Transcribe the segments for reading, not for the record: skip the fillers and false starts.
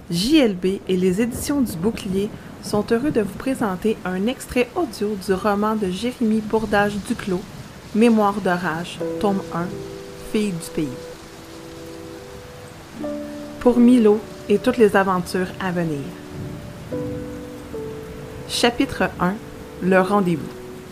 JLB et les éditions du Bouclier sont heureux de vous présenter un extrait audio du roman de Jérémie Bourdage-Duclos, Mémoire d'orage, tome 1, Fille du pays. Pour Milo et toutes les aventures à venir. Chapitre 1, Le rendez-vous.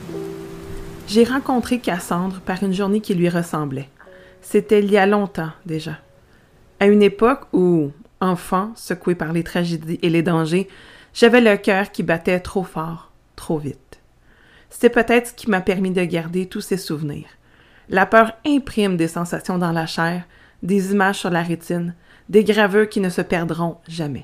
J'ai rencontré Cassandre par une journée qui lui ressemblait. C'était il y a longtemps déjà. À une époque où, enfant, secoué par les tragédies et les dangers, j'avais le cœur qui battait trop fort, trop vite. C'était peut-être ce qui m'a permis de garder tous ces souvenirs. La peur imprime des sensations dans la chair, des images sur la rétine, des gravures qui ne se perdront jamais.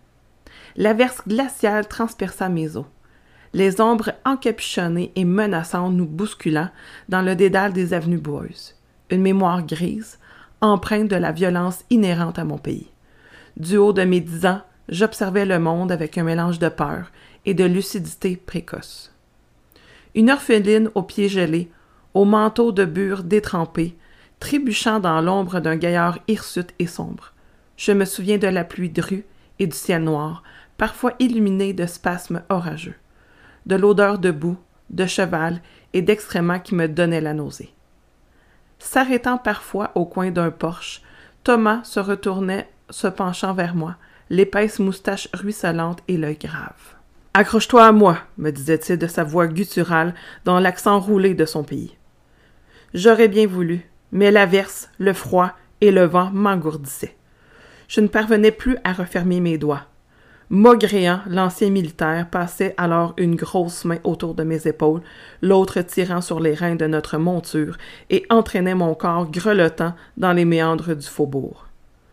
L'averse glaciale transperça mes os. Les ombres encapuchonnées et menaçantes nous bousculant dans le dédale des avenues boueuses. Une mémoire grise, empreinte de la violence inhérente à mon pays. Du haut de mes 10 ans, j'observais le monde avec un mélange de peur et de lucidité précoce. Une orpheline aux pieds gelés, au manteau de bure détrempé, trébuchant dans l'ombre d'un gaillard hirsute et sombre. Je me souviens de la pluie drue et du ciel noir, parfois illuminé de spasmes orageux, de l'odeur de boue, de cheval et d'excréments qui me donnaient la nausée. S'arrêtant parfois au coin d'un porche, Thomas se retournait, se penchant vers moi, l'épaisse moustache ruisselante et l'œil grave. « Accroche-toi à moi, » me disait-il de sa voix gutturale dans l'accent roulé de son pays. J'aurais bien voulu, mais l'averse, le froid et le vent m'engourdissaient. Je ne parvenais plus à refermer mes doigts. Maugréant, l'ancien militaire, passait alors une grosse main autour de mes épaules, l'autre tirant sur les reins de notre monture et entraînait mon corps grelottant dans les méandres du faubourg.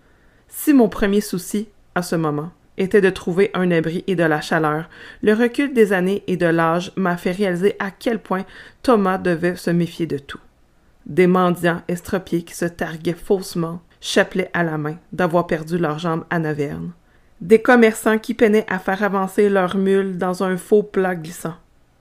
Si mon premier souci, à ce moment, était de trouver un abri et de la chaleur, le recul des années et de l'âge m'a fait réaliser à quel point Thomas devait se méfier de tout. Des mendiants estropiés qui se targuaient faussement, chapelet à la main, d'avoir perdu leurs jambes à Naverne. Des commerçants qui peinaient à faire avancer leurs mules dans un faux plat glissant.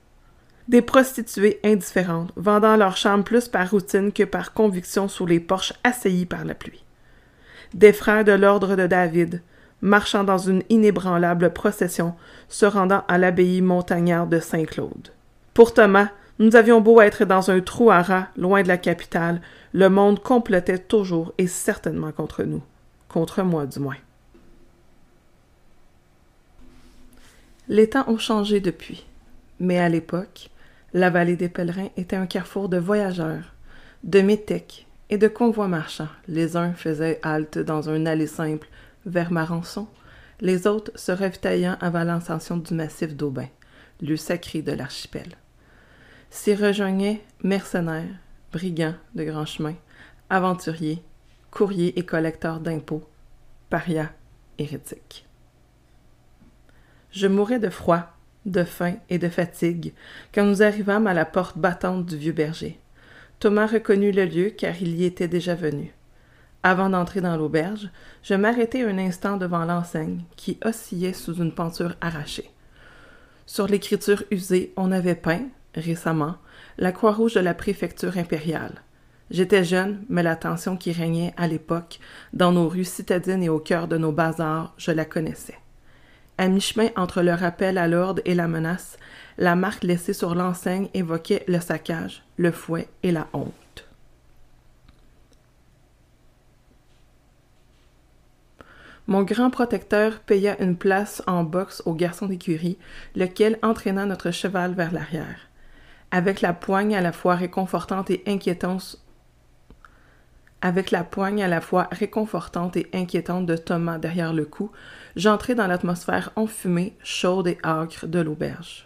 Des prostituées indifférentes, vendant leurs chambres plus par routine que par conviction sous les porches assaillis par la pluie. Des frères de l'ordre de David, marchant dans une inébranlable procession, se rendant à l'abbaye montagnarde de Saint-Claude. Pour Thomas, nous avions beau être dans un trou à rats, loin de la capitale, le monde complotait toujours et certainement contre nous. Contre moi, du moins. Les temps ont changé depuis, mais à l'époque, la vallée des pèlerins était un carrefour de voyageurs, de métèques et de convois marchands. Les uns faisaient halte dans un allée simple vers Marançon, les autres se ravitaillant avant l'ascension du massif d'Aubin, lieu sacré de l'archipel. S'y rejoignaient mercenaires, brigands de grands chemins, aventuriers, courriers et collecteurs d'impôts, parias, hérétiques. Je mourais de froid, de faim et de fatigue quand nous arrivâmes à la porte battante du vieux berger. Thomas reconnut le lieu car il y était déjà venu. Avant d'entrer dans l'auberge, je m'arrêtai un instant devant l'enseigne qui oscillait sous une penture arrachée. Sur l'écriture usée, on avait peint, récemment, la Croix-Rouge de la préfecture impériale. J'étais jeune, mais la tension qui régnait à l'époque dans nos rues citadines et au cœur de nos bazars, je la connaissais. À mi-chemin entre le rappel à l'ordre et la menace, la marque laissée sur l'enseigne évoquait le saccage, le fouet et la honte. Mon grand protecteur paya une place en boxe au garçon d'écurie, lequel entraîna notre cheval vers l'arrière. Avec la poigne à la fois réconfortante et inquiétante de Thomas derrière le cou, j'entrai dans l'atmosphère enfumée, chaude et âcre de l'auberge.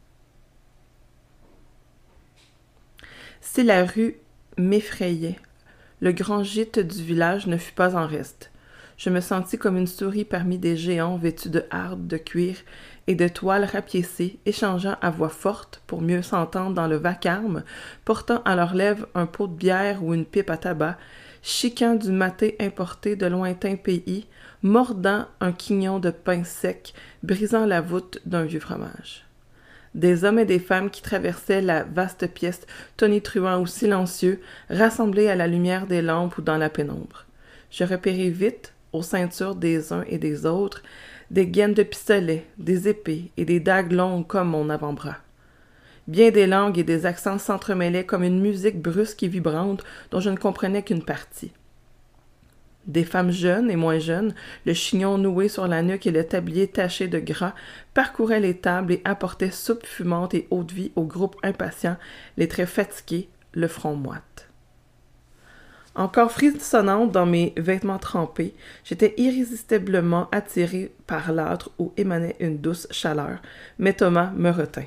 Si la rue m'effrayait, le grand gîte du village ne fut pas en reste. Je me sentis comme une souris parmi des géants vêtus de hardes, de cuir et de toiles rapiécées, échangeant à voix forte pour mieux s'entendre dans le vacarme, portant à leurs lèvres un pot de bière ou une pipe à tabac, chiquant du maté importé de lointains pays, mordant un quignon de pain sec, brisant la voûte d'un vieux fromage. Des hommes et des femmes qui traversaient la vaste pièce, tonitruants ou silencieux, rassemblés à la lumière des lampes ou dans la pénombre. Je repérai vite, aux ceintures des uns et des autres, des gaines de pistolets, des épées et des dagues longues comme mon avant-bras. Bien des langues et des accents s'entremêlaient comme une musique brusque et vibrante dont je ne comprenais qu'une partie. Des femmes jeunes et moins jeunes, le chignon noué sur la nuque et le tablier taché de gras, parcouraient les tables et apportaient soupe fumante et eau-de-vie au groupe impatient, les traits fatigués, le front moite. Encore frissonnante dans mes vêtements trempés, j'étais irrésistiblement attirée par l'âtre où émanait une douce chaleur, mais Thomas me retint.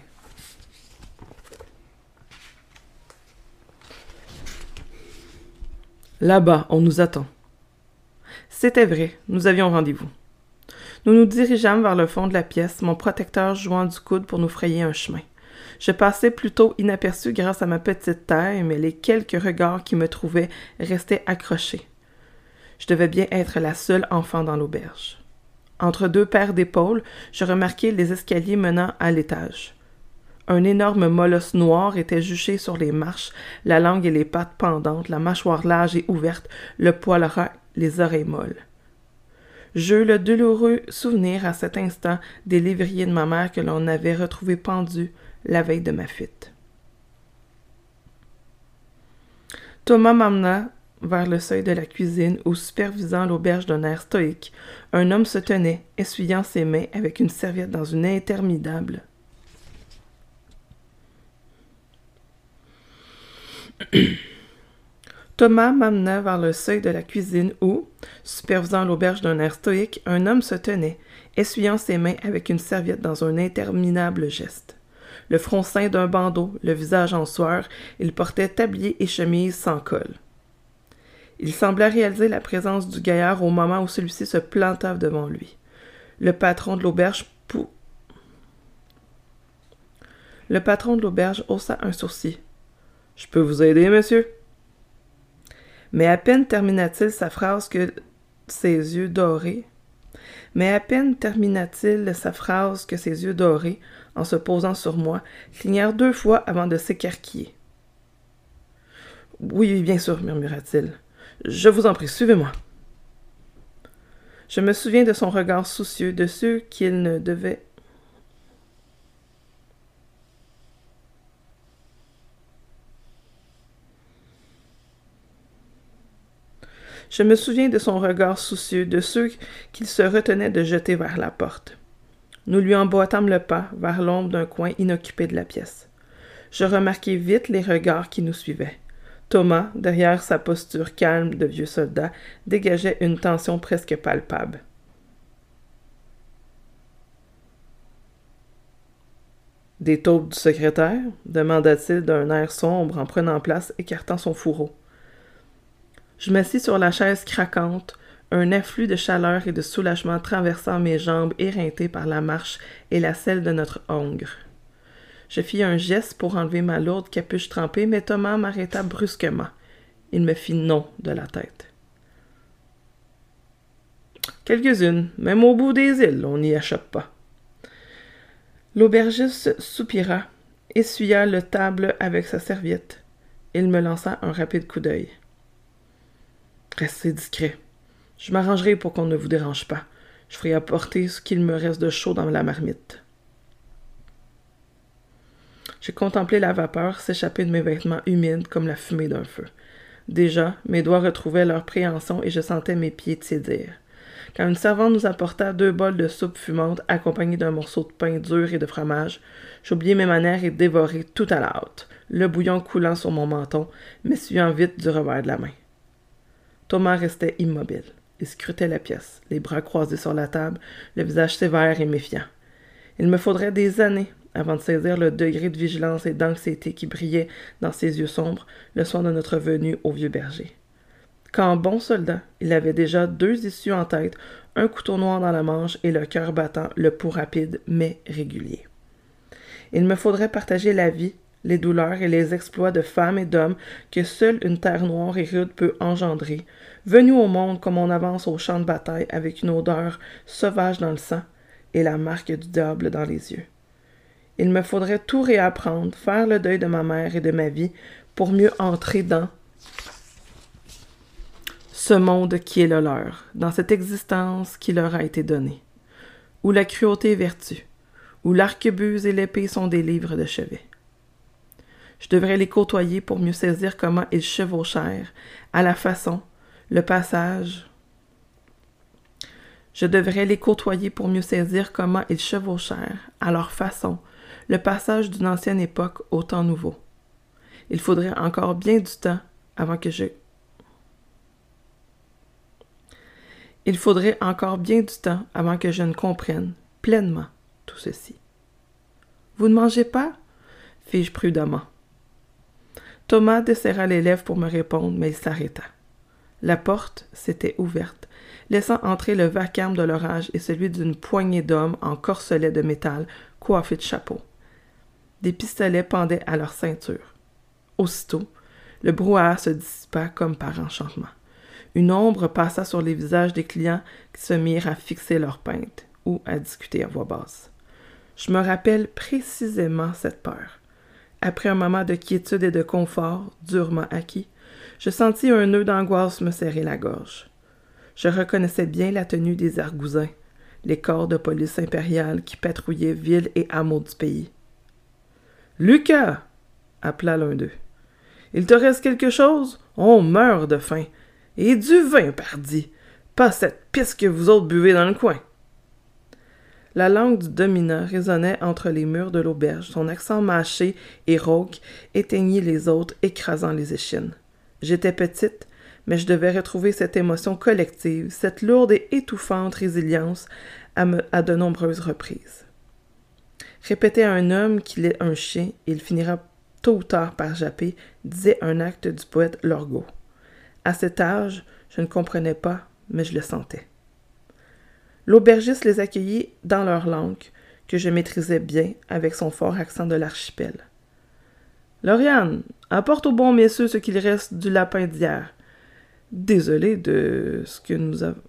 Là-bas, on nous attend. C'était vrai, nous avions rendez-vous. Nous nous dirigeâmes vers le fond de la pièce, mon protecteur jouant du coude pour nous frayer un chemin. Je passais plutôt inaperçu grâce à ma petite taille, mais les quelques regards qui me trouvaient restaient accrochés. Je devais bien être la seule enfant dans l'auberge. Entre deux paires d'épaules, je remarquai les escaliers menant à l'étage. Un énorme molosse noir était juché sur les marches, la langue et les pattes pendantes, la mâchoire large et ouverte, le poil ras, les oreilles molles. J'eus le douloureux souvenir à cet instant des lévriers de ma mère que l'on avait retrouvés pendus la veille de ma fuite. Thomas m'emmena vers le seuil de la cuisine où, supervisant l'auberge d'un air stoïque, un homme se tenait, essuyant ses mains avec une serviette dans une interminable. Thomas m'amena vers le seuil de la cuisine où, supervisant l'auberge d'un air stoïque, un homme se tenait, essuyant ses mains avec une serviette dans un interminable geste. Le front ceint d'un bandeau, le visage en sueur, il portait tablier et chemise sans col. Il semblait réaliser la présence du gaillard au moment où celui-ci se planta devant lui. Le patron de l'auberge haussa un sourcil. « Je peux vous aider, monsieur? » Mais à peine termina-t-il sa phrase que ses yeux dorés, en se posant sur moi, clignèrent 2 fois avant de s'écarquiller. « Oui, bien sûr, murmura-t-il. Je vous en prie, suivez-moi. » Je me souviens de son regard soucieux, de ceux qu'il ne devait Je me souviens de son regard soucieux, de ceux qu'il se retenait de jeter vers la porte. Nous lui emboîtâmes le pas vers l'ombre d'un coin inoccupé de la pièce. Je remarquai vite les regards qui nous suivaient. Thomas, derrière sa posture calme de vieux soldat, dégageait une tension presque palpable. « Des taupes du secrétaire » demanda-t-il d'un air sombre en prenant place, écartant son fourreau. Je m'assis sur la chaise craquante, un afflux de chaleur et de soulagement traversant mes jambes éreintées par la marche et la selle de notre hongre. Je fis un geste pour enlever ma lourde capuche trempée, mais Thomas m'arrêta brusquement. Il me fit non de la tête. « Quelques-unes, même au bout des îles, on n'y échappe pas. » L'aubergiste soupira, essuya le table avec sa serviette. Il me lança un rapide coup d'œil. Restez discret. Je m'arrangerai pour qu'on ne vous dérange pas. Je ferai apporter ce qu'il me reste de chaud dans la marmite. J'ai contemplé la vapeur s'échapper de mes vêtements humides comme la fumée d'un feu. Déjà, mes doigts retrouvaient leur préhension et je sentais mes pieds tiédir. Quand une servante nous apporta 2 bols de soupe fumante accompagnés d'un morceau de pain dur et de fromage, j'oubliai mes manières et dévorai tout à la hâte, le bouillon coulant sur mon menton, m'essuyant vite du revers de la main. Thomas restait immobile. Il scrutait la pièce, les bras croisés sur la table, le visage sévère et méfiant. Il me faudrait des années avant de saisir le degré de vigilance et d'anxiété qui brillait dans ses yeux sombres le soir de notre venue au vieux berger. Qu'en bon soldat, il avait déjà 2 issues en tête, un couteau noir dans la manche et le cœur battant, le pouls rapide mais régulier. Il me faudrait partager la vie, les douleurs et les exploits de femmes et d'hommes que seule une terre noire et rude peut engendrer, venus au monde comme on avance au champ de bataille avec une odeur sauvage dans le sang et la marque du diable dans les yeux. Il me faudrait tout réapprendre, faire le deuil de ma mère et de ma vie pour mieux entrer dans Ce monde qui est le leur, dans cette existence qui leur a été donnée, où la cruauté est vertu, où l'arquebuse et l'épée sont des livres de chevet. Je devrais les côtoyer pour mieux saisir comment ils chevauchèrent, à la façon, le passage. Je devrais les côtoyer pour mieux saisir comment ils chevauchèrent, à leur façon, le passage d'une ancienne époque au temps nouveau. Il faudrait encore bien du temps avant que je... Il faudrait encore bien du temps avant que je ne comprenne pleinement tout ceci. « Vous ne mangez pas? » fis-je prudemment. Thomas desserra les lèvres pour me répondre, mais il s'arrêta. La porte s'était ouverte, laissant entrer le vacarme de l'orage et celui d'une poignée d'hommes en corselet de métal coiffés de chapeaux. Des pistolets pendaient à leur ceinture. Aussitôt, le brouhaha se dissipa comme par enchantement. Une ombre passa sur les visages des clients qui se mirent à fixer leurs pintes ou à discuter à voix basse. Je me rappelle précisément cette peur. Après un moment de quiétude et de confort durement acquis, je sentis un nœud d'angoisse me serrer la gorge. Je reconnaissais bien la tenue des argousins, les corps de police impériale qui patrouillaient villes et hameaux du pays. « Lucas! » appela l'un d'eux. « Il te reste quelque chose? On meurt de faim. Et du vin, pardi! Pas cette pisse que vous autres buvez dans le coin! » La langue du dominant résonnait entre les murs de l'auberge. Son accent mâché et rauque éteignit les autres, écrasant les échines. J'étais petite, mais je devais retrouver cette émotion collective, cette lourde et étouffante résilience à de nombreuses reprises. Répéter à un homme qu'il est un chien, il finira tôt ou tard par japper, disait un acte du poète Lorgo. À cet âge, je ne comprenais pas, mais je le sentais. L'aubergiste les accueillit dans leur langue, que je maîtrisais bien avec son fort accent de l'archipel. « Lauriane, apporte aux bons messieurs ce qu'il reste du lapin d'hier. Désolé de ce que nous avons...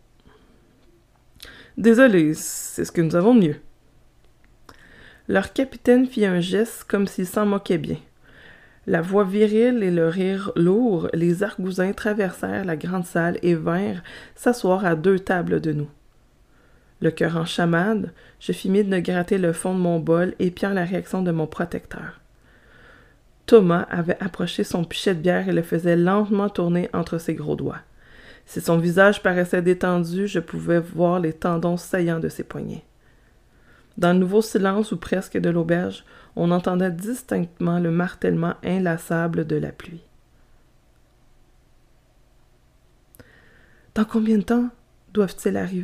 Désolé, c'est ce que nous avons de mieux. » Leur capitaine fit un geste comme s'il s'en moquait bien. La voix virile et le rire lourd, les argousins traversèrent la grande salle et vinrent s'asseoir à 2 tables de nous. Le cœur en chamade, je fis mine de gratter le fond de mon bol, épiant la réaction de mon protecteur. Thomas avait approché son pichet de bière et le faisait lentement tourner entre ses gros doigts. Si son visage paraissait détendu, je pouvais voir les tendons saillants de ses poignets. Dans le nouveau silence ou presque de l'auberge, on entendait distinctement le martèlement inlassable de la pluie. « Dans combien de temps doivent-ils arriver? »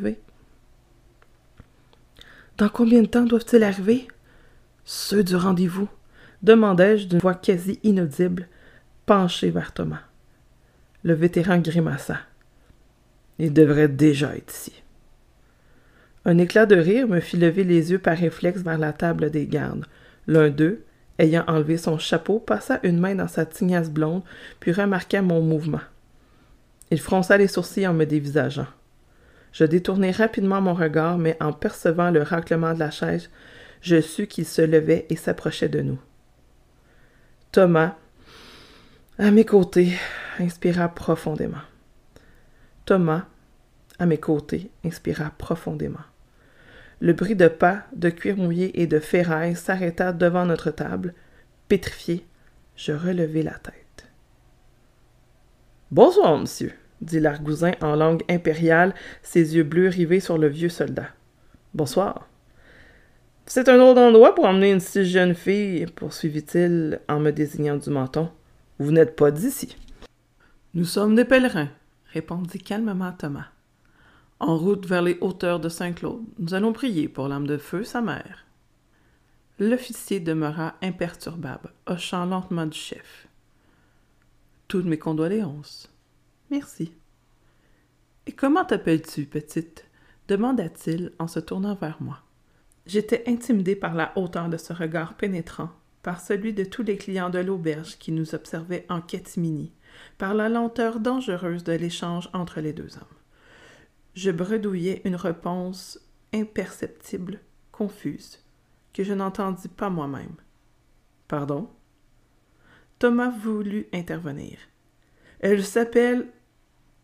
« Dans combien de temps doivent-ils arriver? Ceux du rendez-vous? » demandai-je d'une voix quasi inaudible, penchée vers Thomas. Le vétéran grimaça. « Il devrait déjà être ici. » Un éclat de rire me fit lever les yeux par réflexe vers la table des gardes. L'un d'eux, ayant enlevé son chapeau, passa une main dans sa tignasse blonde, puis remarqua mon mouvement. Il fronça les sourcils en me dévisageant. Je détournai rapidement mon regard, mais en percevant le raclement de la chaise, je sus qu'il se levait et s'approchait de nous. Thomas, à mes côtés, inspira profondément. Thomas, à mes côtés, inspira profondément. Le bruit de pas, de cuir mouillé et de ferraille s'arrêta devant notre table. Pétrifié, je relevai la tête. « Bonsoir, monsieur !» dit l'argousin en langue impériale, ses yeux bleus rivés sur le vieux soldat. « Bonsoir. »« C'est un drôle d'endroit pour emmener une si jeune fille, poursuivit-il en me désignant du menton. « Vous n'êtes pas d'ici. »« Nous sommes des pèlerins, » répondit calmement Thomas. « En route vers les hauteurs de Saint-Claude, nous allons prier pour l'âme de feu, sa mère. » L'officier demeura imperturbable, hochant lentement du chef. « Toutes mes condoléances. » « Merci. »« Et comment t'appelles-tu, petite? » demanda-t-il en se tournant vers moi. J'étais intimidée par la hauteur de ce regard pénétrant, par celui de tous les clients de l'auberge qui nous observaient en catimini, par la lenteur dangereuse de l'échange entre les 2 hommes. Je bredouillais une réponse imperceptible, confuse, que je n'entendis pas moi-même. « Pardon? » Thomas voulut intervenir. « Elle s'appelle... »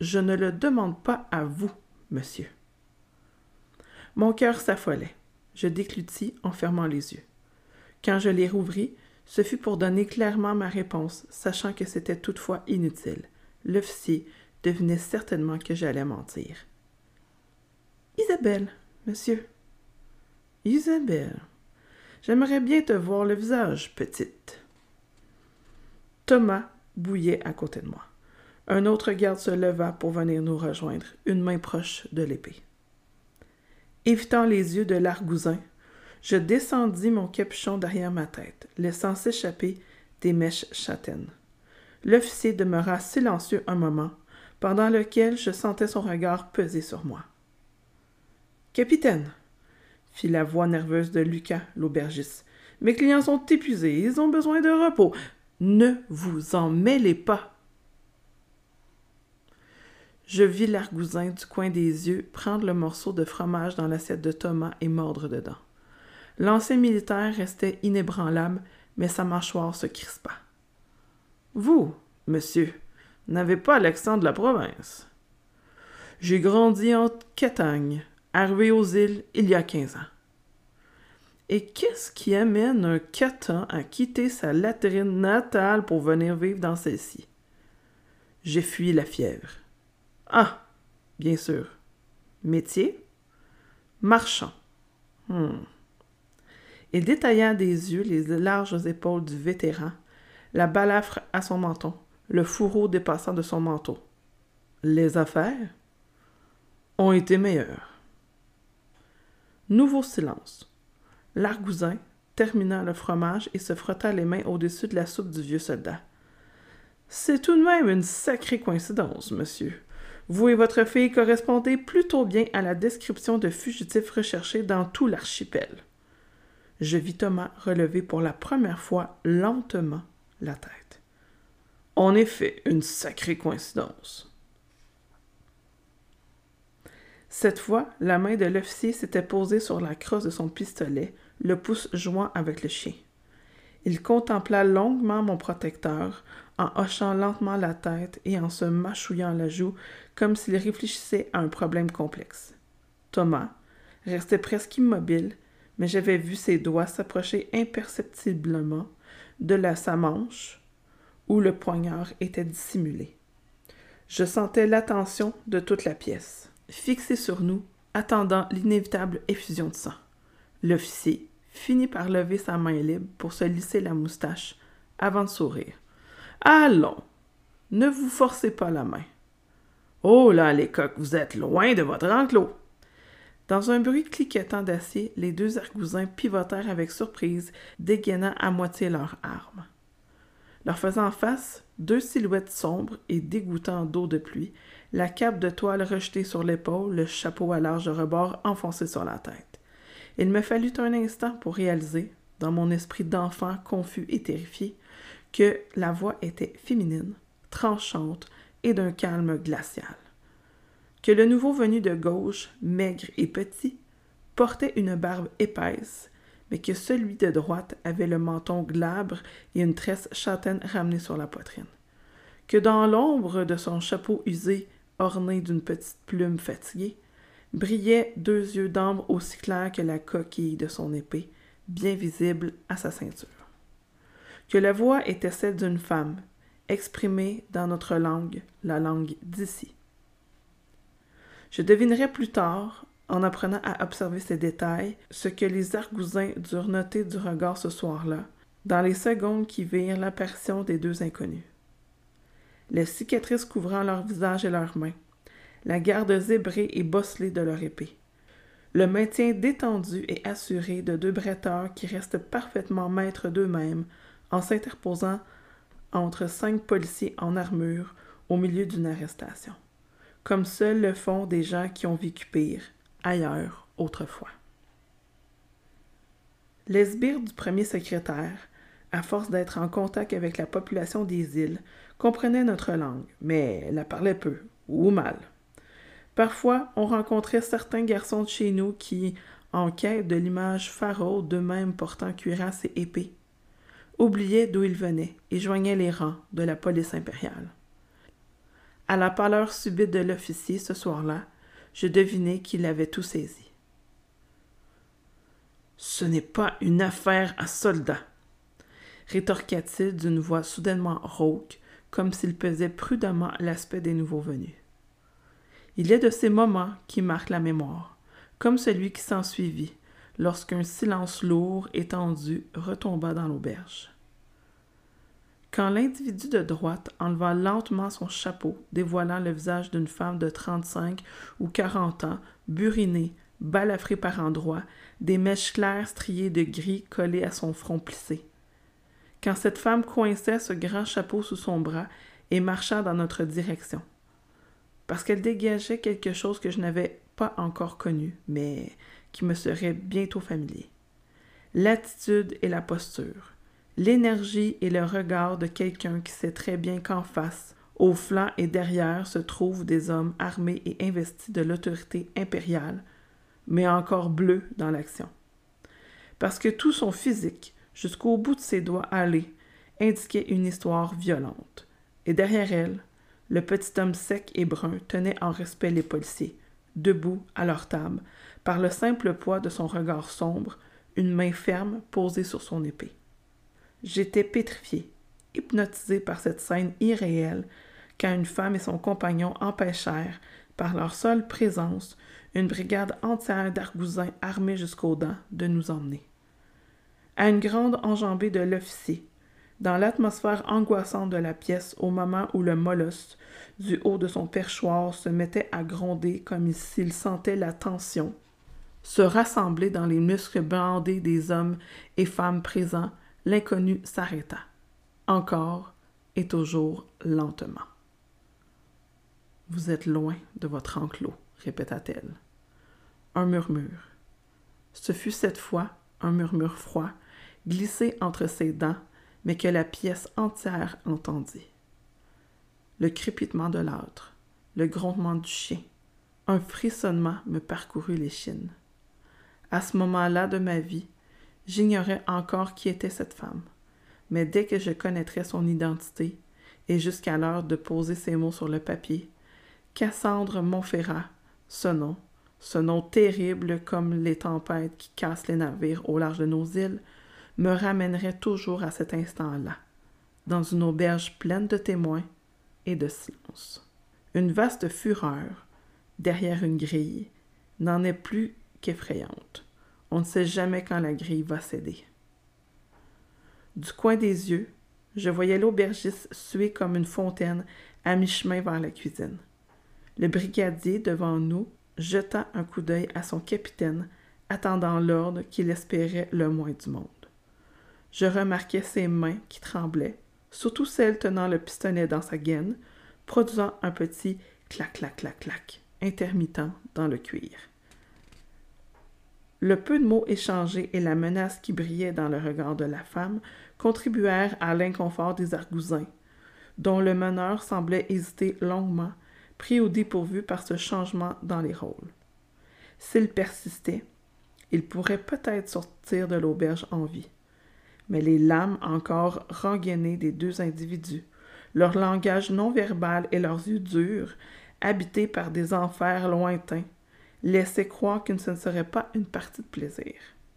Je ne le demande pas à vous, monsieur. » Mon cœur s'affolait. Je déclutis en fermant les yeux. Quand je les rouvris, ce fut pour donner clairement ma réponse, sachant que c'était toutefois inutile. L'officier devinait certainement que j'allais mentir. « Isabelle, monsieur. »« Isabelle. J'aimerais bien te voir le visage, petite. » Thomas bouillait à côté de moi. Un autre garde se leva pour venir nous rejoindre, une main proche de l'épée. Évitant les yeux de l'argousin, je descendis mon capuchon derrière ma tête, laissant s'échapper des mèches châtaines. L'officier demeura silencieux un moment, pendant lequel je sentais son regard peser sur moi. « Capitaine, » fit la voix nerveuse de Lucas, l'aubergiste, « mes clients sont épuisés, ils ont besoin de repos. Ne vous en mêlez pas. » Je vis l'argousin du coin des yeux prendre le morceau de fromage dans l'assiette de Thomas et mordre dedans. L'ancien militaire restait inébranlable, mais sa mâchoire se crispa. « Vous, monsieur, n'avez pas l'accent de la province. »« J'ai grandi en Catagne, arrivé aux îles il y a 15 ans. »« Et qu'est-ce qui amène un Caton à quitter sa latrine natale pour venir vivre dans celle-ci? »« J'ai fui la fièvre. »« Ah, bien sûr. Métier? »« Marchand. » Il détailla des yeux les larges épaules du vétéran, la balafre à son menton, le fourreau dépassant de son manteau. Les affaires ont été meilleures. Nouveau silence. L'argousin termina le fromage et se frotta les mains au-dessus de la soupe du vieux soldat. « C'est tout de même une sacrée coïncidence, monsieur. Vous et votre fille correspondez plutôt bien à la description de fugitifs recherchés dans tout l'archipel. » Je vis Thomas relever pour la première fois lentement la tête. « En effet, une sacrée coïncidence. » Cette fois, la main de l'officier s'était posée sur la crosse de son pistolet, le pouce joint avec le chien. Il contempla longuement mon protecteur, en hochant lentement la tête et en se mâchouillant la joue, comme s'il réfléchissait à un problème complexe. Thomas restait presque immobile, mais j'avais vu ses doigts s'approcher imperceptiblement de sa manche, où le poignard était dissimulé. Je sentais l'attention de toute la pièce, fixée sur nous, attendant l'inévitable effusion de sang. L'officier finit par lever sa main libre pour se lisser la moustache, avant de sourire. « Allons, ne vous forcez pas la main. Oh là, les coqs, vous êtes loin de votre enclos. » Dans un bruit cliquetant d'acier, les deux argousins pivotèrent avec surprise, dégainant à moitié leurs armes. Leur faisant face, deux silhouettes sombres et dégoûtant d'eau de pluie, la cape de toile rejetée sur l'épaule, le chapeau à large rebord enfoncé sur la tête. Il me fallut un instant pour réaliser, dans mon esprit d'enfant confus et terrifié, que la voix était féminine, tranchante et d'un calme glacial. Que le nouveau venu de gauche, maigre et petit, portait une barbe épaisse, mais que celui de droite avait le menton glabre et une tresse châtaine ramenée sur la poitrine. Que dans l'ombre de son chapeau usé, orné d'une petite plume fatiguée, brillaient deux yeux d'ambre aussi clairs que la coquille de son épée, bien visible à sa ceinture. Que la voix était celle d'une femme, exprimée dans notre langue, la langue d'ici. Je devinerai plus tard, en apprenant à observer ces détails, ce que les argousins durent noter du regard ce soir-là, dans les secondes qui virent l'apparition des deux inconnus. Les cicatrices couvrant leurs visages et leurs mains, la garde zébrée et bosselée de leur épée, le maintien détendu et assuré de deux bretteurs qui restent parfaitement maîtres d'eux-mêmes en s'interposant entre 5 policiers en armure au milieu d'une arrestation, comme seuls le font des gens qui ont vécu pire, ailleurs, autrefois. Les sbires du premier secrétaire, à force d'être en contact avec la population des îles, comprenaient notre langue, mais la parlaient peu, ou mal. Parfois, on rencontrait certains garçons de chez nous qui, en quête de l'image pharaon d'eux-mêmes portant cuirasse et épée, oubliaient d'où ils venaient et joignaient les rangs de la police impériale. À la pâleur subite de l'officier ce soir-là, je devinai qu'il avait tout saisi. « Ce n'est pas une affaire à soldats !» rétorqua-t-il d'une voix soudainement rauque, comme s'il pesait prudemment l'aspect des nouveaux venus. Il est de ces moments qui marquent la mémoire, comme celui qui s'ensuivit, lorsqu'un silence lourd et tendu retomba dans l'auberge. Quand l'individu de droite enleva lentement son chapeau, dévoilant le visage d'une femme de 35 ou 40 ans, burinée, balafrée par endroits, des mèches claires striées de gris collées à son front plissé. Quand cette femme coinçait ce grand chapeau sous son bras et marcha dans notre direction. Parce qu'elle dégageait quelque chose que je n'avais pas encore connu, mais qui me serait bientôt familier. L'attitude et la posture, l'énergie et le regard de quelqu'un qui sait très bien qu'en face, au flanc et derrière se trouvent des hommes armés et investis de l'autorité impériale, mais encore bleus dans l'action. Parce que tout son physique, jusqu'au bout de ses doigts hâlés, indiquait une histoire violente. Et derrière elle, le petit homme sec et brun tenait en respect les policiers, debout à leur table, par le simple poids de son regard sombre, une main ferme posée sur son épée. J'étais pétrifié, hypnotisé par cette scène irréelle, quand une femme et son compagnon empêchèrent, par leur seule présence, une brigade entière d'argousins armés jusqu'aux dents de nous emmener. À une grande enjambée de l'officier, dans l'atmosphère angoissante de la pièce au moment où le molosse, du haut de son perchoir, se mettait à gronder comme s'il sentait la tension, se rassembler dans les muscles bandés des hommes et femmes présents, l'inconnu s'arrêta, encore et toujours lentement. « Vous êtes loin de votre enclos, » répéta-t-elle. Un murmure. Ce fut cette fois un murmure froid, glissé entre ses dents, mais que la pièce entière entendit. Le crépitement de l'âtre, le grondement du chien, un frissonnement me parcourut l'échine. À ce moment-là de ma vie, j'ignorais encore qui était cette femme, mais dès que je connaîtrais son identité, et jusqu'à l'heure de poser ces mots sur le papier, Cassandre Montferrat, ce nom terrible comme les tempêtes qui cassent les navires au large de nos îles, me ramènerait toujours à cet instant-là, dans une auberge pleine de témoins et de silence. Une vaste fureur, derrière une grille, n'en est plus qu'effrayante. On ne sait jamais quand la grille va céder. Du coin des yeux, je voyais l'aubergiste suer comme une fontaine à mi-chemin vers la cuisine. Le brigadier, devant nous, jeta un coup d'œil à son capitaine, attendant l'ordre qu'il espérait le moins du monde. Je remarquais ses mains qui tremblaient, surtout celle tenant le pistolet dans sa gaine, produisant un petit clac-clac-clac-clac, intermittent dans le cuir. Le peu de mots échangés et la menace qui brillait dans le regard de la femme contribuèrent à l'inconfort des argousins, dont le meneur semblait hésiter longuement, pris au dépourvu par ce changement dans les rôles. S'il persistait, il pourrait peut-être sortir de l'auberge en vie. Mais les lames encore rengainées des deux individus, leur langage non-verbal et leurs yeux durs, habités par des enfers lointains, laissaient croire que ce ne serait pas une partie de plaisir.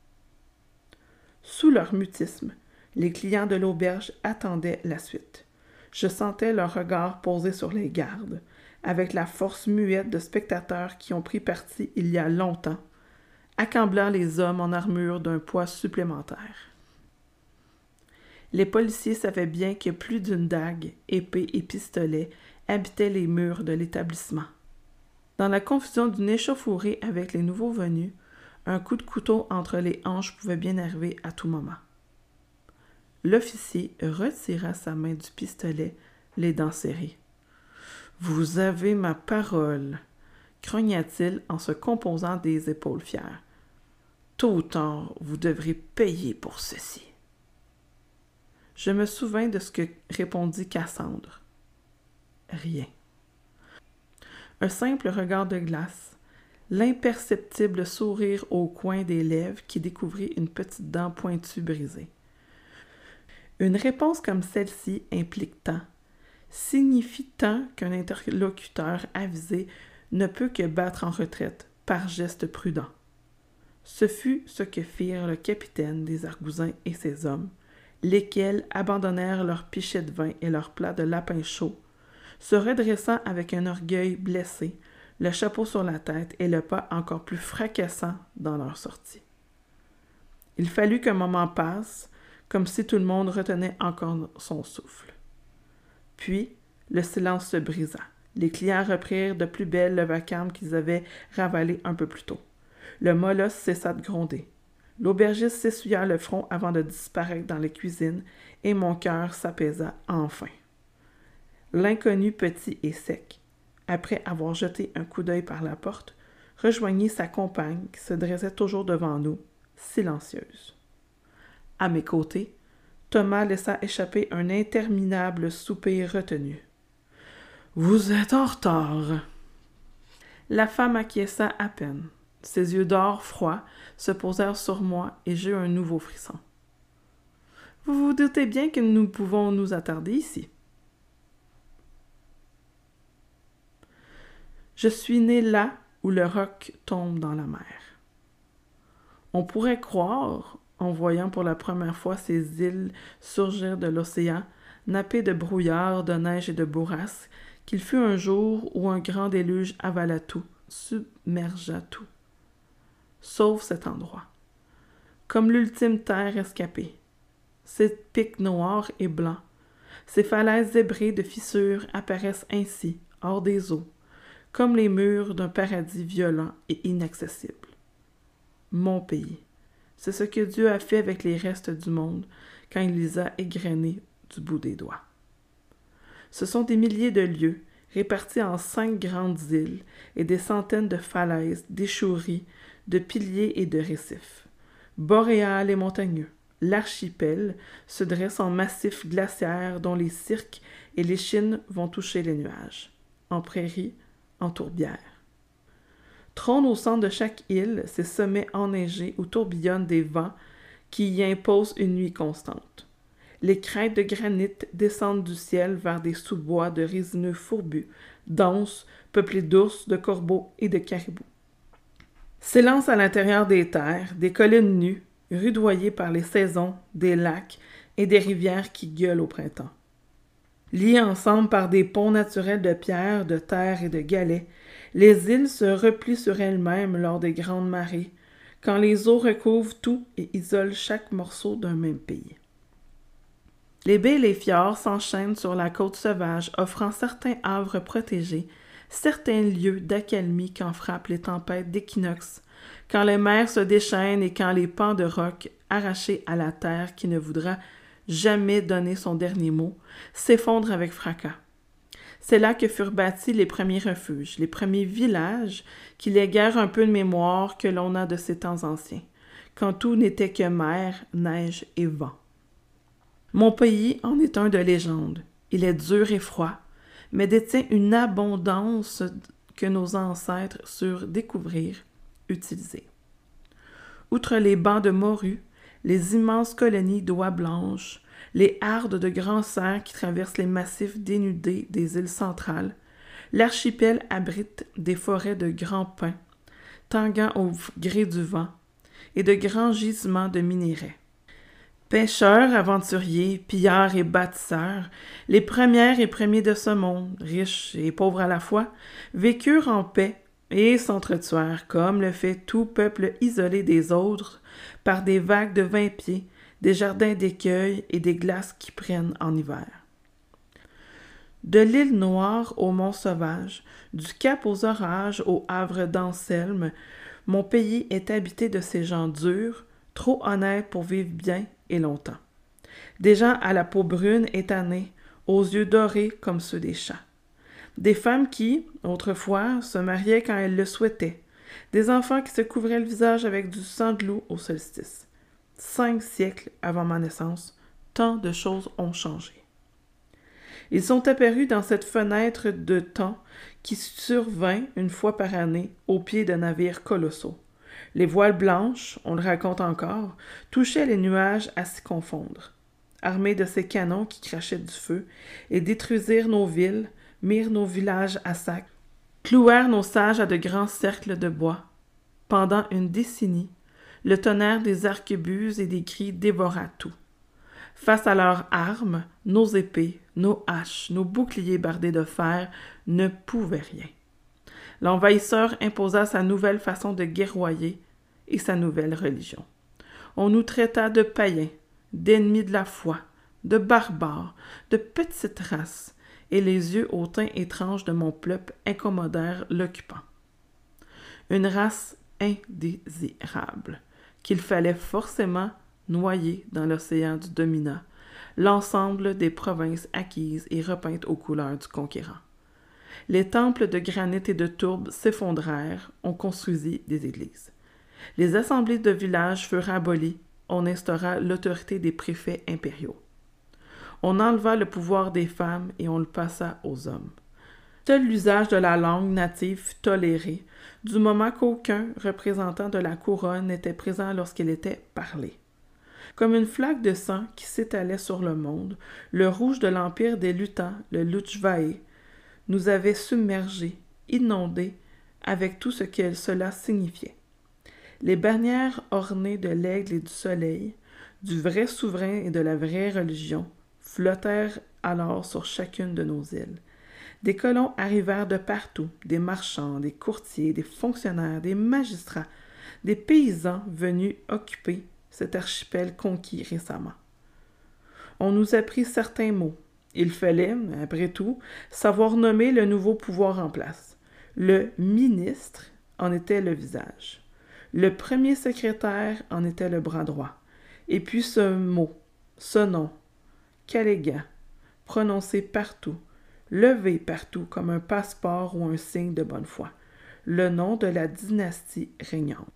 Sous leur mutisme, les clients de l'auberge attendaient la suite. Je sentais leur regard posé sur les gardes, avec la force muette de spectateurs qui ont pris parti il y a longtemps, accablant les hommes en armure d'un poids supplémentaire. Les policiers savaient bien que plus d'une dague, épée et pistolet habitaient les murs de l'établissement. Dans la confusion d'une échauffourée avec les nouveaux venus, un coup de couteau entre les hanches pouvait bien arriver à tout moment. L'officier retira sa main du pistolet, les dents serrées. « Vous avez ma parole, » grogna-t-il en se composant des épaules fières. « Tôt ou tard, vous devrez payer pour ceci. » Je me souvins de ce que répondit Cassandre. Rien. Un simple regard de glace, l'imperceptible sourire au coin des lèvres qui découvrit une petite dent pointue brisée. Une réponse comme celle-ci implique tant, signifie tant qu'un interlocuteur avisé ne peut que battre en retraite par geste prudent. Ce fut ce que firent le capitaine des argousins et ses hommes, lesquels abandonnèrent leur pichet de vin et leur plat de lapin chaud, se redressant avec un orgueil blessé, le chapeau sur la tête et le pas encore plus fracassant dans leur sortie. Il fallut qu'un moment passe, comme si tout le monde retenait encore son souffle. Puis, le silence se brisa. Les clients reprirent de plus belle le vacarme qu'ils avaient ravalé un peu plus tôt. Le molosse cessa de gronder. L'aubergiste s'essuya le front avant de disparaître dans les cuisines, et mon cœur s'apaisa enfin. L'inconnu petit et sec, après avoir jeté un coup d'œil par la porte, rejoignit sa compagne qui se dressait toujours devant nous, silencieuse. À mes côtés, Thomas laissa échapper un interminable soupir retenu. « Vous êtes en retard. » La femme acquiesça à peine. Ses yeux d'or froid se posèrent sur moi et j'eus un nouveau frisson. « Vous vous doutez bien que nous pouvons nous attarder ici. » Je suis né là où le roc tombe dans la mer. On pourrait croire, en voyant pour la première fois ces îles surgir de l'océan, nappées de brouillard, de neige et de bourrasques, qu'il fut un jour où un grand déluge avala tout, submergea tout. Sauf cet endroit, comme l'ultime terre escapée. Ses pics noirs et blancs, ces falaises zébrées de fissures apparaissent ainsi, hors des eaux, comme les murs d'un paradis violent et inaccessible. Mon pays, c'est ce que Dieu a fait avec les restes du monde quand il les a égrenés du bout des doigts. Ce sont des milliers de lieux, répartis en 5 grandes îles et des centaines de falaises, d'échoueries, de piliers et de récifs. Boréal et montagneux, l'archipel se dresse en massifs glaciaires dont les cirques et les chines vont toucher les nuages, en prairies, en tourbières. Trônent au centre de chaque île ces sommets enneigés où tourbillonnent des vents qui y imposent une nuit constante. Les crêtes de granit descendent du ciel vers des sous-bois de résineux fourbus, denses, peuplés d'ours, de corbeaux et de caribous. S'élancent à l'intérieur des terres, des collines nues, rudoyées par les saisons, des lacs et des rivières qui gueulent au printemps. Liées ensemble par des ponts naturels de pierre, de terre et de galets, les îles se replient sur elles-mêmes lors des grandes marées, quand les eaux recouvrent tout et isolent chaque morceau d'un même pays. Les baies et les fjords s'enchaînent sur la côte sauvage, offrant certains havres protégés, certains lieux d'accalmie quand frappent les tempêtes d'équinoxe, quand les mers se déchaînent et quand les pans de roc, arrachés à la terre qui ne voudra jamais donner son dernier mot, s'effondrent avec fracas. C'est là que furent bâtis les premiers refuges, les premiers villages qui léguèrent un peu de mémoire que l'on a de ces temps anciens, quand tout n'était que mer, neige et vent. Mon pays en est un de légende. Il est dur et froid, mais détient une abondance que nos ancêtres surent découvrir, utiliser. Outre les bancs de morues, les immenses colonies d'oies blanches, les hardes de grands cerfs qui traversent les massifs dénudés des îles centrales, l'archipel abrite des forêts de grands pins, tanguant au gré du vent, et de grands gisements de minéraux. Pêcheurs, aventuriers, pillards et bâtisseurs, les premières et premiers de ce monde, riches et pauvres à la fois, vécurent en paix et s'entretuèrent, comme le fait tout peuple isolé des autres, par des vagues de 20 pieds, des jardins d'écueils et des glaces qui prennent en hiver. De l'île Noire au Mont Sauvage, du Cap aux Orages au Havre d'Anselme, mon pays est habité de ces gens durs, trop honnêtes pour vivre bien et longtemps. Des gens à la peau brune et tannée, aux yeux dorés comme ceux des chats. Des femmes qui, autrefois, se mariaient quand elles le souhaitaient. Des enfants qui se couvraient le visage avec du sang de loup au solstice. 5 siècles avant ma naissance, tant de choses ont changé. Ils sont apparus dans cette fenêtre de temps qui survint une fois par année au pied de navires colossaux. Les voiles blanches, on le raconte encore, touchaient les nuages à s'y confondre. armés de ces canons qui crachaient du feu, et détruisirent nos villes, mirent nos villages à sac, clouèrent nos sages à de grands cercles de bois. Pendant une décennie, le tonnerre des arquebuses et des cris dévora tout. Face à leurs armes, nos épées, nos haches, nos boucliers bardés de fer ne pouvaient rien. L'envahisseur imposa sa nouvelle façon de guerroyer et sa nouvelle religion. On nous traita de païens, d'ennemis de la foi, de barbares, de petites races, et les yeux au teint étrange de mon peuple incommodèrent l'occupant. Une race indésirable, qu'il fallait forcément noyer dans l'océan du dominat, l'ensemble des provinces acquises et repeintes aux couleurs du conquérant. Les temples de granit et de tourbe s'effondrèrent, on construisit des églises. Les assemblées de villages furent abolies, on instaura l'autorité des préfets impériaux. On enleva le pouvoir des femmes et on le passa aux hommes. Seul l'usage de la langue native fut toléré, du moment qu'aucun représentant de la couronne n'était présent lorsqu'elle était parlée. Comme une flaque de sang qui s'étalait sur le monde, le rouge de l'empire des Lutans, le Lutchvae, nous avait submergés, inondés, avec tout ce que cela signifiait. Les bannières ornées de l'aigle et du soleil, du vrai souverain et de la vraie religion, flottèrent alors sur chacune de nos îles. Des colons arrivèrent de partout, des marchands, des courtiers, des fonctionnaires, des magistrats, des paysans venus occuper cet archipel conquis récemment. On nous apprit certains mots. Il fallait, après tout, savoir nommer le nouveau pouvoir en place. Le ministre en était le visage. Le premier secrétaire en était le bras droit. Et puis ce mot, ce nom, Caléga, prononcé partout, levé partout comme un passeport ou un signe de bonne foi, le nom de la dynastie régnante.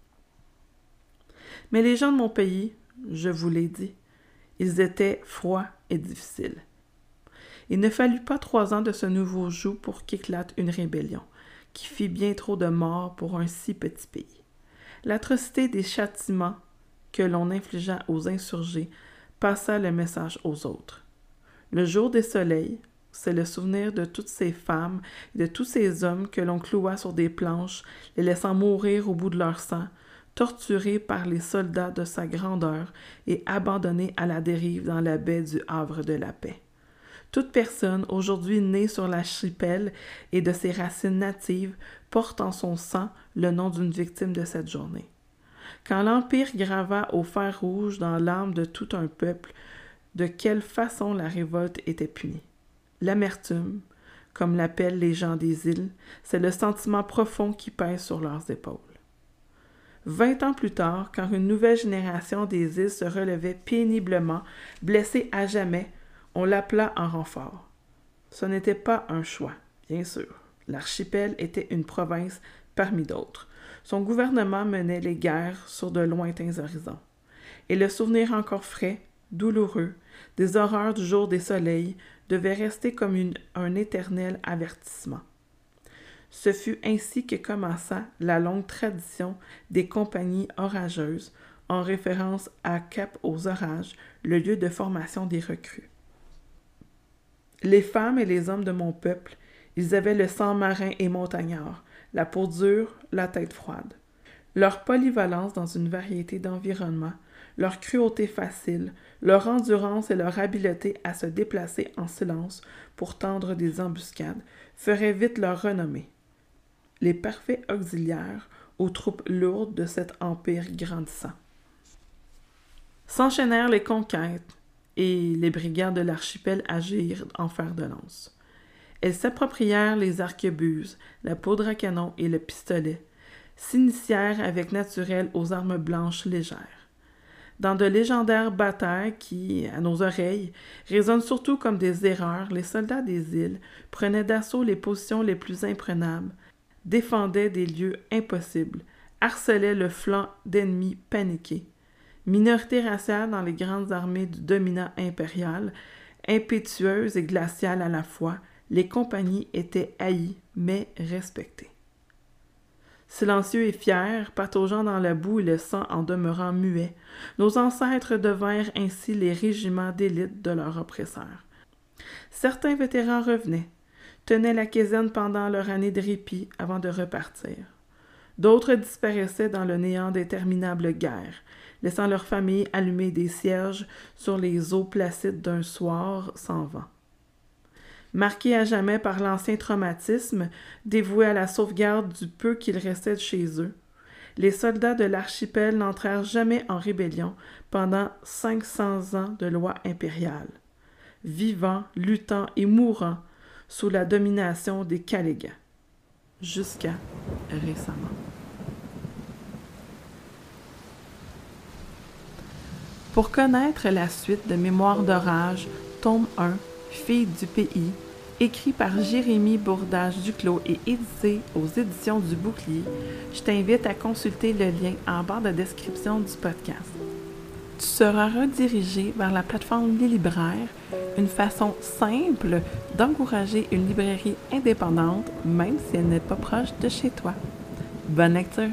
Mais les gens de mon pays, je vous l'ai dit, ils étaient froids et difficiles. Il ne fallut pas 3 ans de ce nouveau joug pour qu'éclate une rébellion, qui fit bien trop de morts pour un si petit pays. L'atrocité des châtiments que l'on infligea aux insurgés passa le message aux autres. Le jour des soleils, c'est le souvenir de toutes ces femmes et de tous ces hommes que l'on cloua sur des planches, les laissant mourir au bout de leur sang, torturés par les soldats de sa grandeur et abandonnés à la dérive dans la baie du Havre de la Paix. Toute personne aujourd'hui née sur l'archipel et de ses racines natives porte en son sang le nom d'une victime de cette journée. Quand l'Empire grava au fer rouge dans l'âme de tout un peuple, de quelle façon la révolte était punie. L'amertume, comme l'appellent les gens des îles, c'est le sentiment profond qui pèse sur leurs épaules. 20 ans plus tard, quand une nouvelle génération des îles se relevait péniblement, blessée à jamais, on l'appela en renfort. Ce n'était pas un choix, bien sûr. L'archipel était une province parmi d'autres. Son gouvernement menait les guerres sur de lointains horizons. Et le souvenir encore frais, douloureux, des horreurs du jour des soleils devait rester comme un éternel avertissement. Ce fut ainsi que commença la longue tradition des compagnies orageuses, en référence à Cap aux Orages, le lieu de formation des recrues. Les femmes et les hommes de mon peuple, ils avaient le sang marin et montagnard, la peau dure, la tête froide. Leur polyvalence dans une variété d'environnements, leur cruauté facile, leur endurance et leur habileté à se déplacer en silence pour tendre des embuscades feraient vite leur renommée. Les parfaits auxiliaires aux troupes lourdes de cet empire grandissant. S'enchaînèrent les conquêtes, et les brigades de l'archipel agirent en fer de lance. Elles s'approprièrent les arquebuses, la poudre à canon et le pistolet, s'initièrent avec naturel aux armes blanches légères. Dans de légendaires batailles qui, à nos oreilles, résonnent surtout comme des erreurs, les soldats des îles prenaient d'assaut les positions les plus imprenables, défendaient des lieux impossibles, harcelaient le flanc d'ennemis paniqués. Minorité raciale dans les grandes armées du dominat impérial, impétueuse et glaciale à la fois, les compagnies étaient haïes mais respectées. Silencieux et fiers, pataugeant dans la boue et le sang en demeurant muets, nos ancêtres devinrent ainsi les régiments d'élite de leurs oppresseurs. Certains vétérans revenaient, tenaient la quézaine pendant leur année de répit avant de repartir. D'autres disparaissaient dans le néant d'interminables guerres, laissant leurs familles allumer des cierges sur les eaux placides d'un soir sans vent. Marqués à jamais par l'ancien traumatisme, dévoués à la sauvegarde du peu qu'il restait de chez eux, les soldats de l'archipel n'entrèrent jamais en rébellion pendant 500 ans de loi impériale, vivant, luttant et mourant sous la domination des Kalégans, jusqu'à récemment. Pour connaître la suite de Mémoires d'orage, tome 1, Filles du pays, écrit par Jérémie Bourdage-Duclos et édité aux éditions du Bouclier, je t'invite à consulter le lien en barre de description du podcast. Tu seras redirigé vers la plateforme Lilibraire, une façon simple d'encourager une librairie indépendante, même si elle n'est pas proche de chez toi. Bonne lecture!